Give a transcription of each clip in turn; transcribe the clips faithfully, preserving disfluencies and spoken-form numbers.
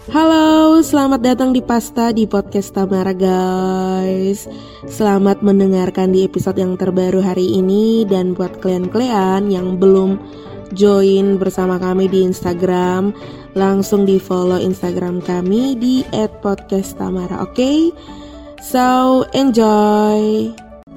Halo, selamat datang di Pasta di podcast Tamara guys. Selamat mendengarkan di episode yang terbaru hari ini. Dan buat kalian-kalian yang belum join bersama kami di Instagram, langsung di follow Instagram kami di et podcast tamara. Oke, okay? So enjoy.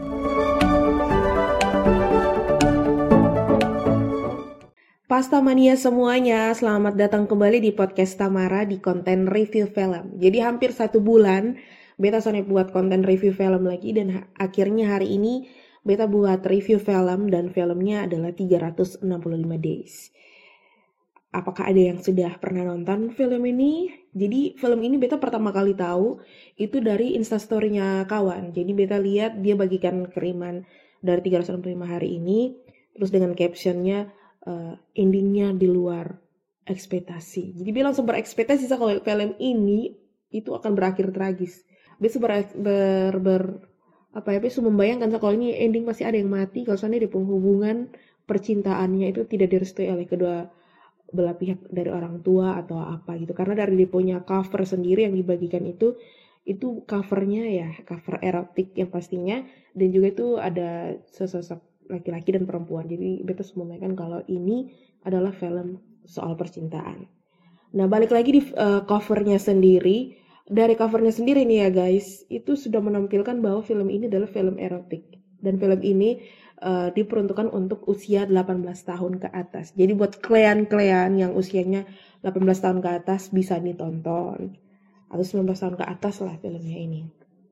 Pasta mania semuanya, selamat datang kembali di podcast Tamara di konten review film. Jadi hampir satu bulan beta soalnya buat konten review film lagi, dan ha- akhirnya hari ini beta buat review film, dan filmnya adalah tiga ratus enam puluh lima days. Apakah ada yang sudah pernah nonton film ini? Jadi film ini beta pertama kali tahu itu dari instastory-nya kawan. Jadi beta lihat dia bagikan kiriman dari tiga ratus enam puluh lima hari ini, terus dengan captionnya Uh, endingnya di luar ekspektasi. Jadi dia langsung berekspektasi kalau film ini itu akan berakhir tragis. Dia ber, ber, ber apa ya? Dia membayangkan kalau ini ending masih ada yang mati. Kalau seandainya di hubungan percintaannya itu tidak direstui oleh kedua belah pihak dari orang tua atau apa gitu. Karena dari dia punya cover sendiri yang dibagikan itu itu covernya ya cover erotik yang pastinya, dan juga itu ada sesosok laki-laki dan perempuan. Jadi beta memainkan kalau ini adalah film soal percintaan. Nah, balik lagi di uh, covernya sendiri. Dari covernya sendiri nih ya guys, itu sudah menampilkan bahwa film ini adalah film erotik. Dan film ini uh, diperuntukkan untuk usia delapan belas tahun ke atas. Jadi buat kalian-kalian yang usianya delapan belas tahun ke atas bisa ditonton. Atau sembilan belas tahun ke atas lah filmnya ini.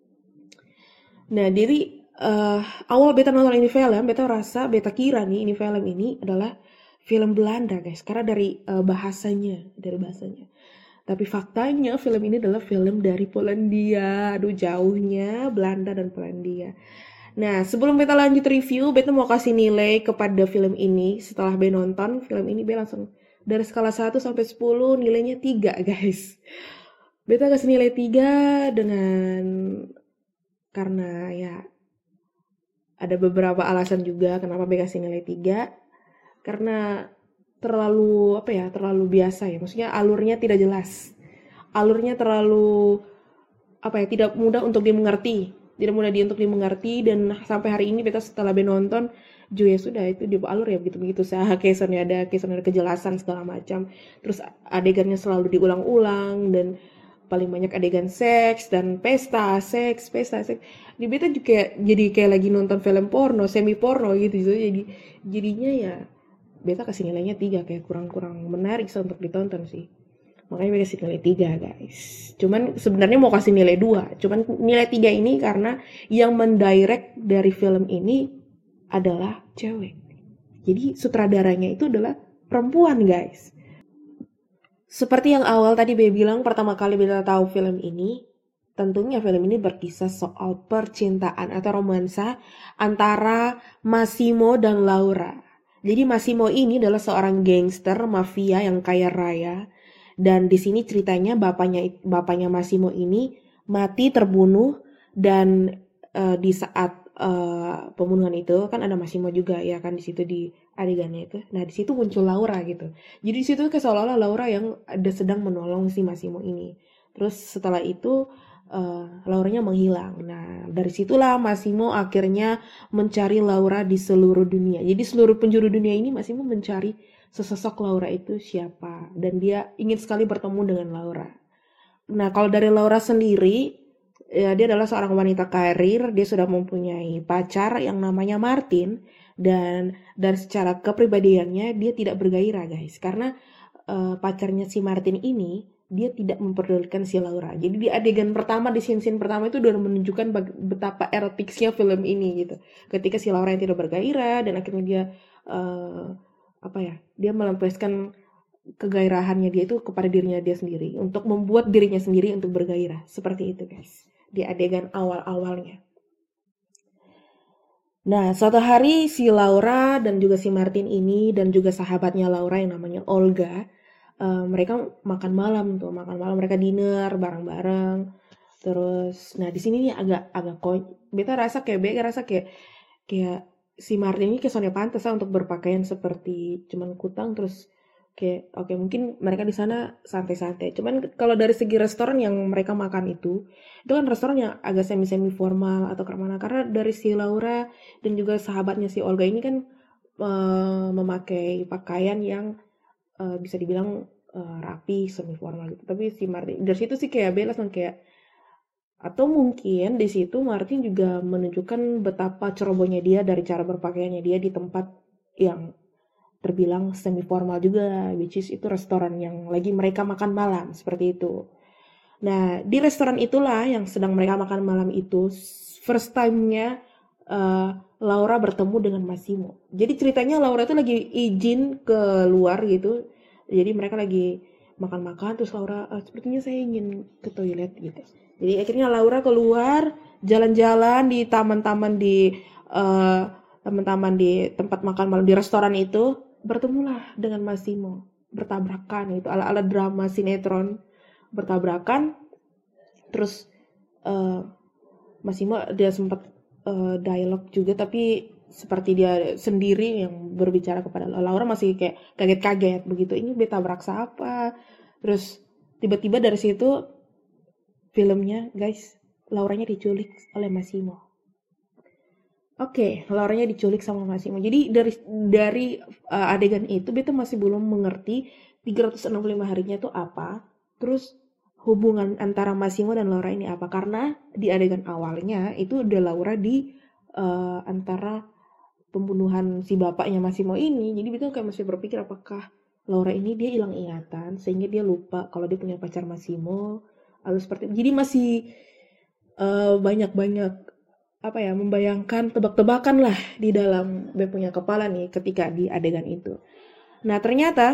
Nah, jadi Uh, awal beta nonton ini film, beta rasa, beta kira nih ini film ini adalah film Belanda guys, karena dari uh, bahasanya, dari bahasanya. Tapi faktanya film ini adalah film dari Polandia. Aduh, jauhnya Belanda dan Polandia. Nah, sebelum beta lanjut review, beta mau kasih nilai kepada film ini. Setelah beta nonton film ini, beta langsung dari skala satu sampai sepuluh nilainya tiga guys. Beta kasih nilai tiga dengan karena ya ada beberapa alasan juga kenapa beta kasih nilai tiga. Karena terlalu apa ya, terlalu biasa ya. Maksudnya alurnya tidak jelas. Alurnya terlalu apa ya, tidak mudah untuk dimengerti. Tidak mudah di untuk dimengerti, dan sampai hari ini beta setelah beta nonton juga ya sudah itu di alur ya begitu-begitu saja. Kesannya ada kesannya ada kejelasan segala macam. Terus adegannya selalu diulang-ulang, dan paling banyak adegan seks dan pesta, seks, pesta, seks. Di beta juga jadi kayak lagi nonton film porno, semi porno gitu, gitu. Jadi jadinya ya beta kasih nilainya tiga, kayak kurang-kurang menarik untuk ditonton sih. Makanya beta kasih nilai tiga guys. Cuman sebenarnya mau kasih nilai dua. Cuman nilai tiga ini karena yang mendirect dari film ini adalah cewek. Jadi sutradaranya itu adalah perempuan guys. Seperti yang awal tadi Bebe bilang, pertama kali beta tahu film ini, tentunya film ini berkisah soal percintaan atau romansa antara Massimo dan Laura. Jadi Massimo ini adalah seorang gangster mafia yang kaya raya, dan di sini ceritanya bapaknya bapaknya Massimo ini mati terbunuh, dan uh, di saat uh, pembunuhan itu kan ada Massimo juga ya kan di situ di adegannya itu. Nah, di situ muncul Laura gitu. Jadi di situ kayak seolah-olah Laura yang ada sedang menolong si Massimo ini. Terus setelah itu uh, Lauranya menghilang. Nah, dari situlah Massimo akhirnya mencari Laura di seluruh dunia. Jadi seluruh penjuru dunia ini Massimo mencari sesosok Laura itu siapa, dan dia ingin sekali bertemu dengan Laura. Nah, kalau dari Laura sendiri, ya, dia adalah seorang wanita karir. Dia sudah mempunyai pacar yang namanya Martin. Dan dari secara kepribadiannya dia tidak bergairah guys, karena uh, pacarnya si Martin ini dia tidak memperdulikan si Laura. Jadi di adegan pertama, di scene-scene pertama itu udah menunjukkan bag- betapa erotiknya film ini gitu. Ketika si Laura yang tidak bergairah, dan akhirnya dia uh, apa ya, dia melampiaskan kegairahannya dia itu kepada dirinya dia sendiri, untuk membuat dirinya sendiri untuk bergairah. Seperti itu guys, di adegan awal-awalnya. Nah, suatu hari si Laura dan juga si Martin ini dan juga sahabatnya Laura yang namanya Olga, uh, mereka makan malam tuh, makan malam mereka dinner bareng-bareng. Terus, nah di sini nih agak agak koy, beta rasa kayak beta rasa kayak kayak si Martin ini kesannya pantas lah untuk berpakaian seperti cuman kutang terus Oke, oke mungkin mereka di sana santai-santai. Cuman kalau dari segi restoran yang mereka makan itu, itu kan restoran yang agak semi-semi formal atau kemana. Karena dari si Laura dan juga sahabatnya si Olga ini kan uh, memakai pakaian yang uh, bisa dibilang uh, rapi, semi formal gitu. Tapi si Martin dari situ sih kayak Bella langsung kayak, atau mungkin di situ Martin juga menunjukkan betapa cerobohnya dia dari cara berpakaiannya dia di tempat yang terbilang semi formal juga, which is itu restoran yang lagi mereka makan malam seperti itu. Nah di restoran itulah yang sedang mereka makan malam itu first time-nya uh, Laura bertemu dengan Massimo. Jadi ceritanya Laura itu lagi izin ke luar gitu, jadi mereka lagi makan-makan terus Laura uh, sepertinya saya ingin ke toilet gitu. Jadi akhirnya Laura keluar jalan-jalan di taman-taman di uh, taman-taman di tempat makan malam di restoran itu, bertemulah dengan Massimo, bertabrakan itu ala-ala drama sinetron, bertabrakan. Terus uh, Massimo dia sempat uh, dialog juga tapi seperti dia sendiri yang berbicara kepada Laura, masih kayak kaget-kaget begitu, ini beta beraksa apa. Terus tiba-tiba dari situ filmnya guys, Lauranya diculik oleh Massimo. Oke, okay, Lauranya diculik sama Massimo. Jadi dari dari uh, adegan itu beta masih belum mengerti tiga ratus enam puluh lima harinya itu apa. Terus hubungan antara Massimo dan Laura ini apa? Karena di adegan awalnya itu udah Laura di uh, antara pembunuhan si bapaknya Massimo ini. Jadi beta kayak masih berpikir apakah Laura ini dia hilang ingatan sehingga dia lupa kalau dia punya pacar Massimo. Lalu seperti jadi masih uh, banyak-banyak apa ya, membayangkan tebak-tebakan lah di dalam gue punya kepala nih ketika di adegan itu. Nah ternyata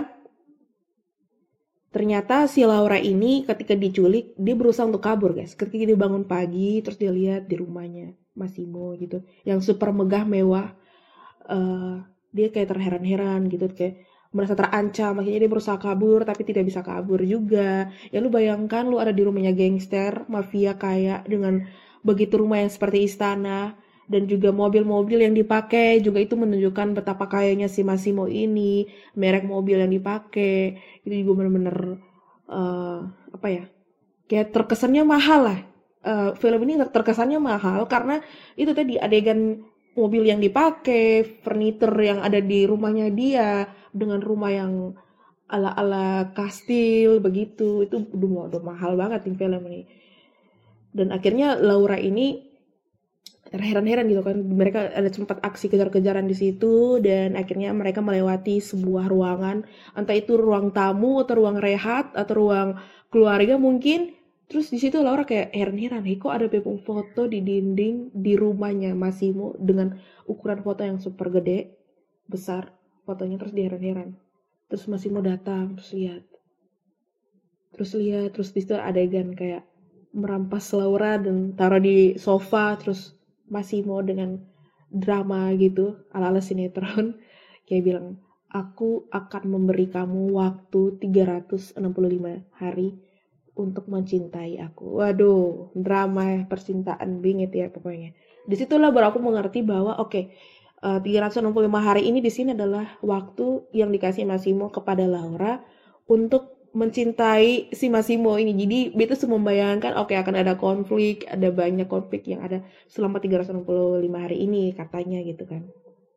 ternyata si Laura ini ketika diculik dia berusaha untuk kabur guys. Ketika dia bangun pagi terus dia lihat di rumahnya Massimo gitu yang super megah mewah, uh, dia kayak terheran-heran gitu, kayak merasa terancam. Akhirnya dia berusaha kabur tapi tidak bisa kabur juga. Ya lu bayangkan lu ada di rumahnya gangster mafia kaya dengan begitu rumah yang seperti istana dan juga mobil-mobil yang dipakai juga itu menunjukkan betapa kayanya si Massimo ini, merek mobil yang dipakai itu juga benar-benar uh, apa ya, kayak terkesannya mahal lah. Uh, film ini terkesannya mahal karena itu tadi adegan mobil yang dipakai, furniture yang ada di rumahnya dia dengan rumah yang ala-ala kastil begitu, itu udah, udah mahal banget di film ini. Dan akhirnya Laura ini terheran-heran gitu kan, mereka ada sempat aksi kejar-kejaran di situ dan akhirnya mereka melewati sebuah ruangan, entah itu ruang tamu atau ruang rehat atau ruang keluarga mungkin. Terus di situ Laura kayak heran-heran, hey, kok ada pepung foto di dinding di rumahnya Massimo dengan ukuran foto yang super gede, besar fotonya. Terus dia heran-heran. Terus Massimo datang, terus lihat. Terus lihat, terus di situ adegan kayak merampas Laura dan taruh di sofa, terus Massimo dengan drama gitu ala-ala sinetron kayak bilang, aku akan memberi kamu waktu tiga ratus enam puluh lima hari untuk mencintai aku. Waduh, drama percintaan bingit ya pokoknya. Disitulah baru aku mengerti bahwa oke, okay, uh, tiga ratus enam puluh lima hari ini di sini adalah waktu yang dikasih Massimo kepada Laura untuk mencintai si Massimo ini. Jadi beta semua membayangkan oke okay, akan ada konflik, ada banyak konflik yang ada selama tiga ratus enam puluh lima hari ini katanya gitu kan.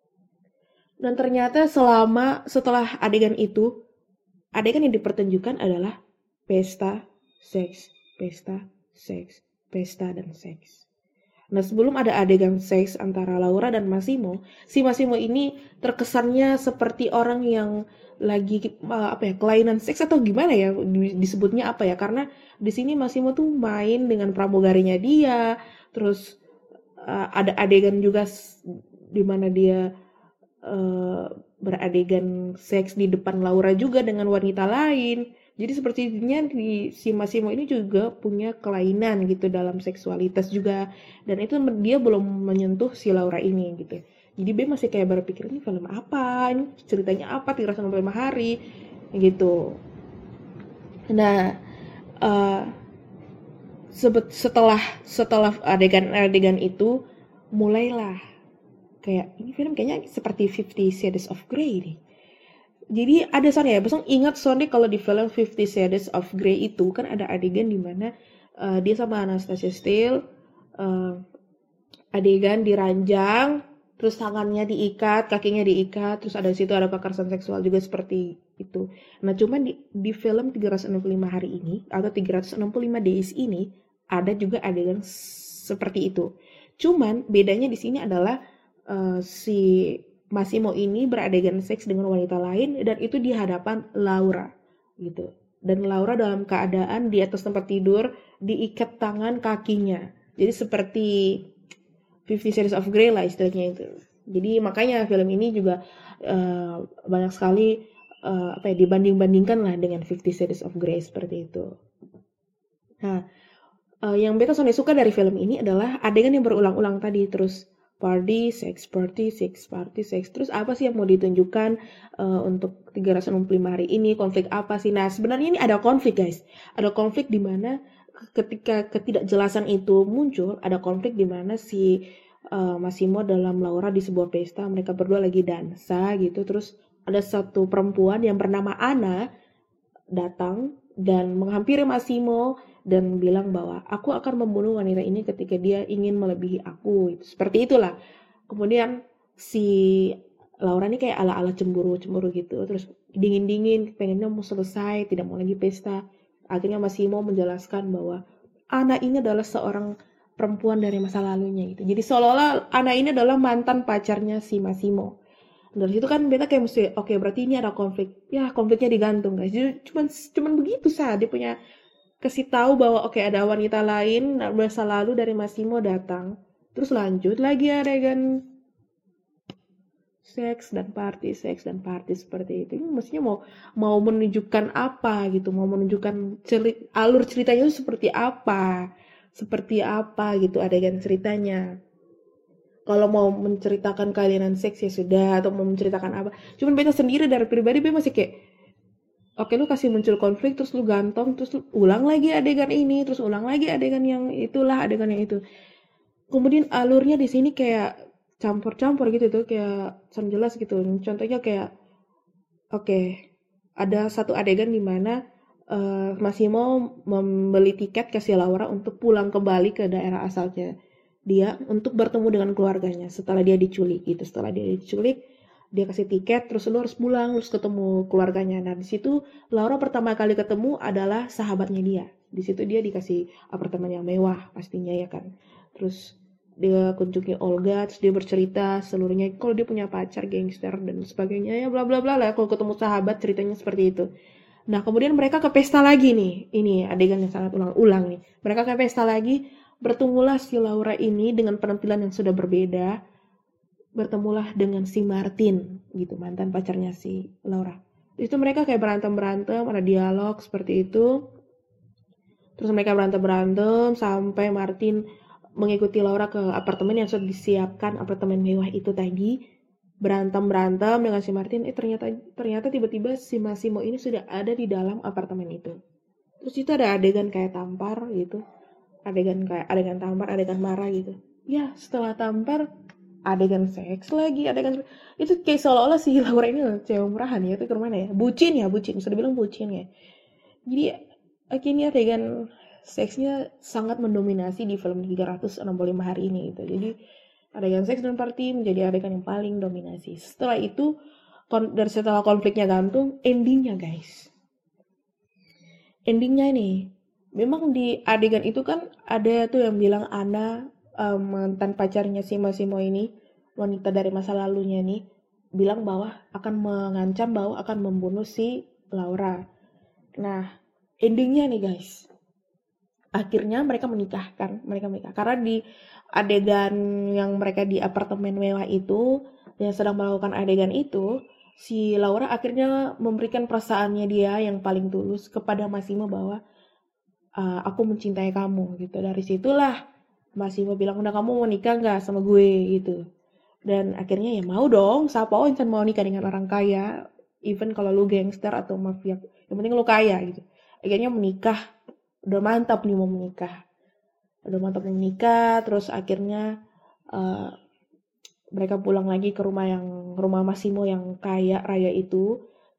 Dan ternyata selama setelah adegan itu, adegan yang dipertunjukkan adalah pesta, seks, pesta, seks, pesta dan seks. Nah sebelum ada adegan seks antara Laura dan Massimo, si Massimo ini terkesannya seperti orang yang lagi apa ya, kelainan seks atau gimana ya disebutnya apa ya, karena di sini Massimo tuh main dengan pramugarinya dia, terus uh, ada adegan juga di mana dia uh, beradegan seks di depan Laura juga dengan wanita lain. Jadi sepertinya di si Massimo ini juga punya kelainan gitu dalam seksualitas juga, dan itu dia belum menyentuh si Laura ini gitu. Jadi B masih kayak berpikir ini film apa, ini ceritanya apa, tiga ratus enam puluh lima hari gitu. Nah uh, setelah setelah adegan-adegan itu mulailah kayak ini film kayaknya seperti Fifty Shades of Grey nih. Jadi ada Son ya, Besong ingat Son deh kalau di film Fifty Shades of Grey itu kan ada adegan di mana uh, dia sama Anastasia Steele uh, adegan diranjang, terus tangannya diikat, kakinya diikat, terus ada di situ ada kekerasan seksual juga seperti itu. Nah, cuman di, di film tiga ratus enam puluh lima hari ini atau tiga ratus enam puluh lima days ini ada juga adegan seperti itu. Cuman bedanya di sini adalah uh, si Massimo ini beradegan seks dengan wanita lain dan itu di hadapan Laura gitu. Dan Laura dalam keadaan di atas tempat tidur diikat tangan kakinya. Jadi seperti Fifty Shades of Grey lah istilahnya itu. Jadi makanya film ini juga uh, banyak sekali uh, apa ya dibanding-bandingkan lah dengan Fifty Shades of Grey seperti itu. Nah, uh, yang beta soalnya suka dari film ini adalah adegan yang berulang-ulang tadi terus party, sex, party, sex, party, sex. Terus apa sih yang mau ditunjukkan uh, untuk tiga ratus enam puluh lima hari ini? Konflik apa sih? Nah, sebenarnya ini ada konflik, guys. Ada konflik di mana ketika ketidakjelasan itu muncul, ada konflik di mana si uh, Massimo dalam Laura di sebuah pesta, mereka berdua lagi dansa gitu. Terus ada satu perempuan yang bernama Anna datang dan menghampiri Massimo dan bilang bahwa aku akan membunuh wanita ini ketika dia ingin melebihi aku. Seperti itulah. Kemudian si Laura ini kayak ala-ala cemburu-cemburu gitu. Terus dingin-dingin, pengennya mau selesai, tidak mau lagi pesta. Akhirnya Massimo menjelaskan bahwa Ana ini adalah seorang perempuan dari masa lalunya gitu. Jadi seolah-olah Ana ini adalah mantan pacarnya si Massimo. Dari situ kan beta kayak mesti, oke okay, berarti ini ada konflik. Ya konfliknya digantung guys. Jadi cuman cuman begitu sah dia punya kasih tahu bahwa oke okay, ada wanita lain masa lalu dari Massimo datang. Terus lanjut lagi adegan seks dan party, seks dan party seperti itu. Ini mestinya mau mau menunjukkan apa gitu, mau menunjukkan cerit, alur ceritanya itu seperti apa, seperti apa gitu adegan ceritanya. Kalau mau menceritakan kelainan seks ya sudah, atau mau menceritakan apa. Cuman beta sendiri dari pribadi beta masih kayak, oke lu kasih muncul konflik, terus lu gantong, terus lu ulang lagi adegan ini, terus ulang lagi adegan yang itulah, adegan yang itu. Kemudian alurnya di sini kayak campur-campur gitu tuh, kayak sangat jelas gitu. Contohnya kayak, oke, okay, ada satu adegan di mana uh, Massimo membeli tiket ke si Laura untuk pulang kembali ke daerah asalnya dia untuk bertemu dengan keluarganya setelah dia diculik gitu. Setelah dia diculik, dia kasih tiket, terus lu harus pulang, terus ketemu keluarganya. Nah, di situ Laura pertama kali ketemu adalah sahabatnya dia. Di situ dia dikasih apartemen yang mewah pastinya ya kan. Terus dia kunjungi Olga, terus dia bercerita seluruhnya kalau dia punya pacar gangster dan sebagainya ya bla bla bla lah. Kalau ketemu sahabat ceritanya seperti itu. Nah, kemudian mereka ke pesta lagi nih. Ini adegan yang sangat ulang-ulang nih. Mereka ke pesta lagi, bertemulah si Laura ini dengan penampilan yang sudah berbeda. Bertemulah dengan si Martin gitu, mantan pacarnya si Laura. Itu mereka kayak berantem-berantem, ada dialog seperti itu. Terus mereka berantem-berantem sampai Martin mengikuti Laura ke apartemen yang sudah disiapkan, apartemen mewah itu tadi. Berantem-berantem dengan si Martin, eh ternyata ternyata tiba-tiba si Massimo ini sudah ada di dalam apartemen itu. Terus itu ada adegan kayak tampar gitu. Adegan kayak adegan tampar, adegan marah gitu. Ya, setelah tampar adegan seks lagi, adegan itu kayak seolah-olah si Laura ini cewek murahan ya, itu ke mana ya? Bucin ya, bucin, bisa dibilang bucin ya. Jadi akhirnya adegan seksnya sangat mendominasi di film tiga ratus enam puluh lima hari ini gitu. Jadi adegan seks dan party menjadi adegan yang paling dominasi. Setelah itu kon- dari setelah konfliknya gantung, endingnya guys. Endingnya ini memang di adegan itu kan ada tuh yang bilang Anna um, mantan pacarnya si Massimo ini, wanita dari masa lalunya nih, bilang bahwa akan mengancam bahwa akan membunuh si Laura. Nah, endingnya nih guys, akhirnya mereka menikah kan, mereka menikah karena di adegan yang mereka di apartemen mewah itu yang sedang melakukan adegan itu, si Laura akhirnya memberikan perasaannya dia yang paling tulus kepada Massimo bahwa Uh, aku mencintai kamu gitu. Dari situlah Massimo bilang, udah kamu mau nikah nggak sama gue gitu. Dan akhirnya ya mau dong. Siapa oh insan mau nikah dengan orang kaya, even kalau lu gangster atau mafia, yang penting lu kaya gitu. Akhirnya menikah, udah mantap nih mau menikah, udah mantap mau menikah. Terus akhirnya uh, mereka pulang lagi ke rumah yang rumah Massimo yang kaya raya itu.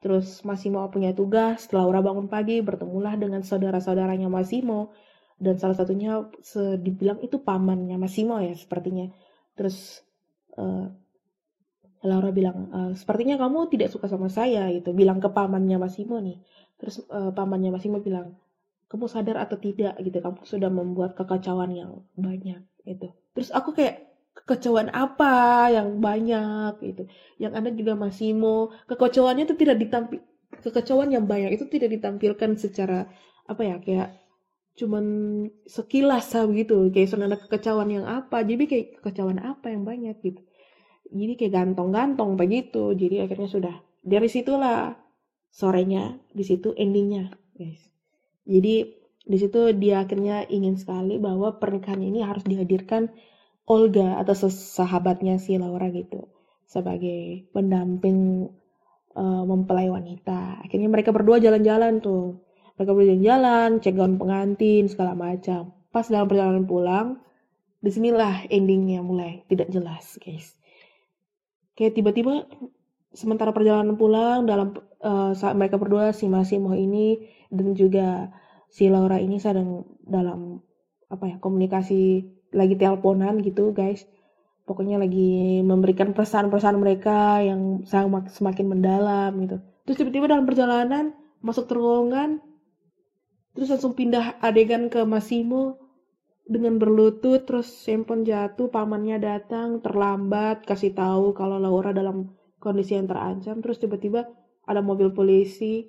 Terus Massimo punya tugas, Laura bangun pagi, bertemulah dengan saudara-saudaranya Massimo. Dan salah satunya se- dibilang itu pamannya Massimo ya sepertinya. Terus uh, Laura bilang, uh, sepertinya kamu tidak suka sama saya gitu. Bilang ke pamannya Massimo nih. Terus uh, pamannya Massimo bilang, kamu sadar atau tidak gitu, kamu sudah membuat kekacauan yang banyak gitu. Terus aku kayak, kekacauan apa yang banyak gitu. Yang ada juga Massimo, kekacauannya itu tidak ditampil, kekacauan yang banyak itu tidak ditampilkan secara apa ya, kayak cuman sekilas gitu, kayak sudah ada kekacauan yang apa, jadi kayak kekacauan apa yang banyak gitu, jadi kayak gantong-gantong begitu. Jadi akhirnya sudah dari situlah sorenya, di situ endingnya guys. Jadi di situ dia akhirnya ingin sekali bahwa pernikahan ini harus dihadirkan Olga atau sahabatnya si Laura gitu sebagai pendamping uh, mempelai wanita. Akhirnya mereka berdua jalan-jalan tuh. Mereka berdua jalan-jalan, cek gaun pengantin, segala macam. Pas dalam perjalanan pulang, disinilah endingnya mulai tidak jelas, guys. Kayak tiba-tiba sementara perjalanan pulang, dalam uh, saat mereka berdua, si Massimo ini dan juga si Laura ini sedang dalam apa ya, komunikasi, lagi teleponan gitu, guys. Pokoknya lagi memberikan pesan-pesan mereka yang sangat semakin mendalam gitu. Terus tiba-tiba dalam perjalanan masuk terowongan, terus langsung pindah adegan ke Massimo dengan berlutut, terus handphone jatuh, pamannya datang terlambat kasih tahu kalau Laura dalam kondisi yang terancam. Terus tiba-tiba ada mobil polisi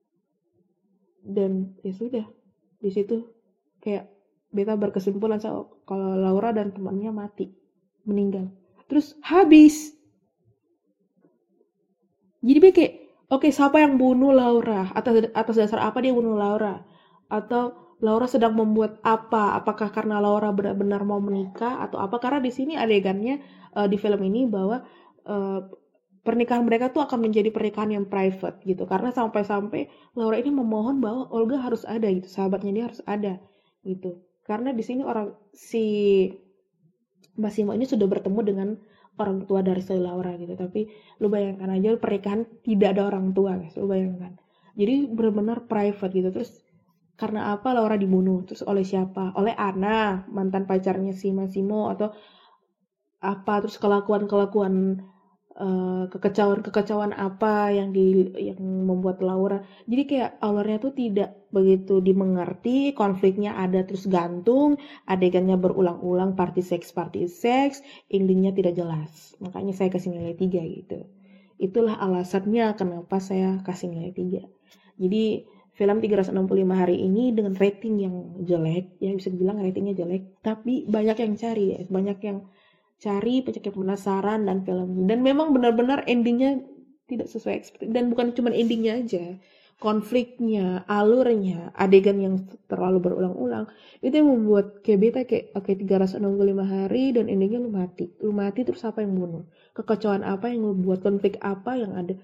dan ya sudah, di situ kayak beta berkesimpulan so, kalau Laura dan temannya mati, meninggal. Terus habis. Jadi dia kayak, oke, okay, siapa yang bunuh Laura? Atas atas dasar apa dia bunuh Laura? Atau Laura sedang membuat apa? Apakah karena Laura benar-benar mau menikah atau apa? Karena di sini adegannya uh, di film ini bahwa uh, pernikahan mereka tuh akan menjadi pernikahan yang private gitu. Karena sampai-sampai Laura ini memohon bahwa Olga harus ada gitu, sahabatnya dia harus ada gitu. Karena di sini orang si Massimo ini sudah bertemu dengan orang tua dari si Laura gitu. Tapi lu bayangkan aja pernikahan tidak ada orang tua, guys. Lu bayangkan. Jadi benar-benar private gitu. Terus karena apa Laura dibunuh? Terus oleh siapa? Oleh Anna, mantan pacarnya si Massimo, atau apa? Terus kelakuan-kelakuan uh, kekecauan-kekecauan apa yang di yang membuat Laura. Jadi kayak alurnya tuh tidak begitu dimengerti, konfliknya ada terus gantung, adegannya berulang-ulang, party sex party sex, endingnya tidak jelas. Makanya saya kasih nilai tiga gitu. Itulah alasannya kenapa saya kasih nilai tiga. Jadi film tiga ratus enam puluh lima hari ini dengan rating yang jelek, ya bisa dibilang ratingnya jelek, tapi banyak yang cari ya, banyak yang cari, banyak yang penasaran dan film. Dan memang benar-benar endingnya tidak sesuai ekspektasi. Dan bukan cuma endingnya aja, konfliknya, alurnya, adegan yang terlalu berulang-ulang, itu yang membuat kayak beta kayak, oke, okay, tiga ratus enam puluh lima hari dan endingnya lu mati. Lu mati terus apa yang bunuh? Kekacauan apa yang lu buat? Konflik apa yang ada?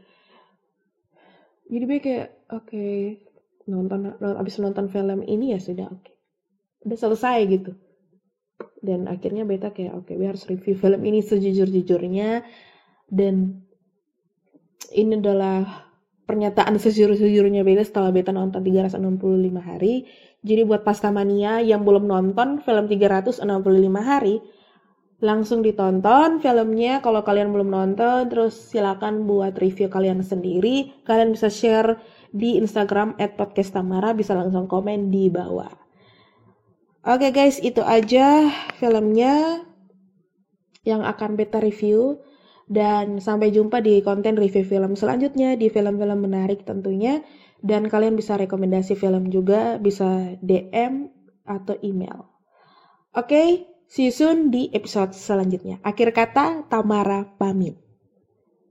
Jadi beta kayak, oke, okay, nonton abis nonton film ini ya sudah, oke. Okay. Udah selesai gitu. Dan akhirnya beta kayak oke, okay, harus review film ini sejujur-jujurnya. Dan ini adalah pernyataan sejujur-jujurnya beta setelah beta nonton tiga ratus enam puluh lima hari. Jadi buat Pastamania yang belum nonton film tiga ratus enam puluh lima hari, langsung ditonton filmnya. Kalau kalian belum nonton, terus silakan buat review kalian sendiri. Kalian bisa share di Instagram at podcast tamara, bisa langsung komen di bawah. Oke okay guys, itu aja filmnya yang akan beta review. Dan sampai jumpa di konten review film selanjutnya, di film-film menarik tentunya. Dan kalian bisa rekomendasi film juga, bisa D M atau email. Oke, okay, see you soon di episode selanjutnya. Akhir kata, Tamara pamit.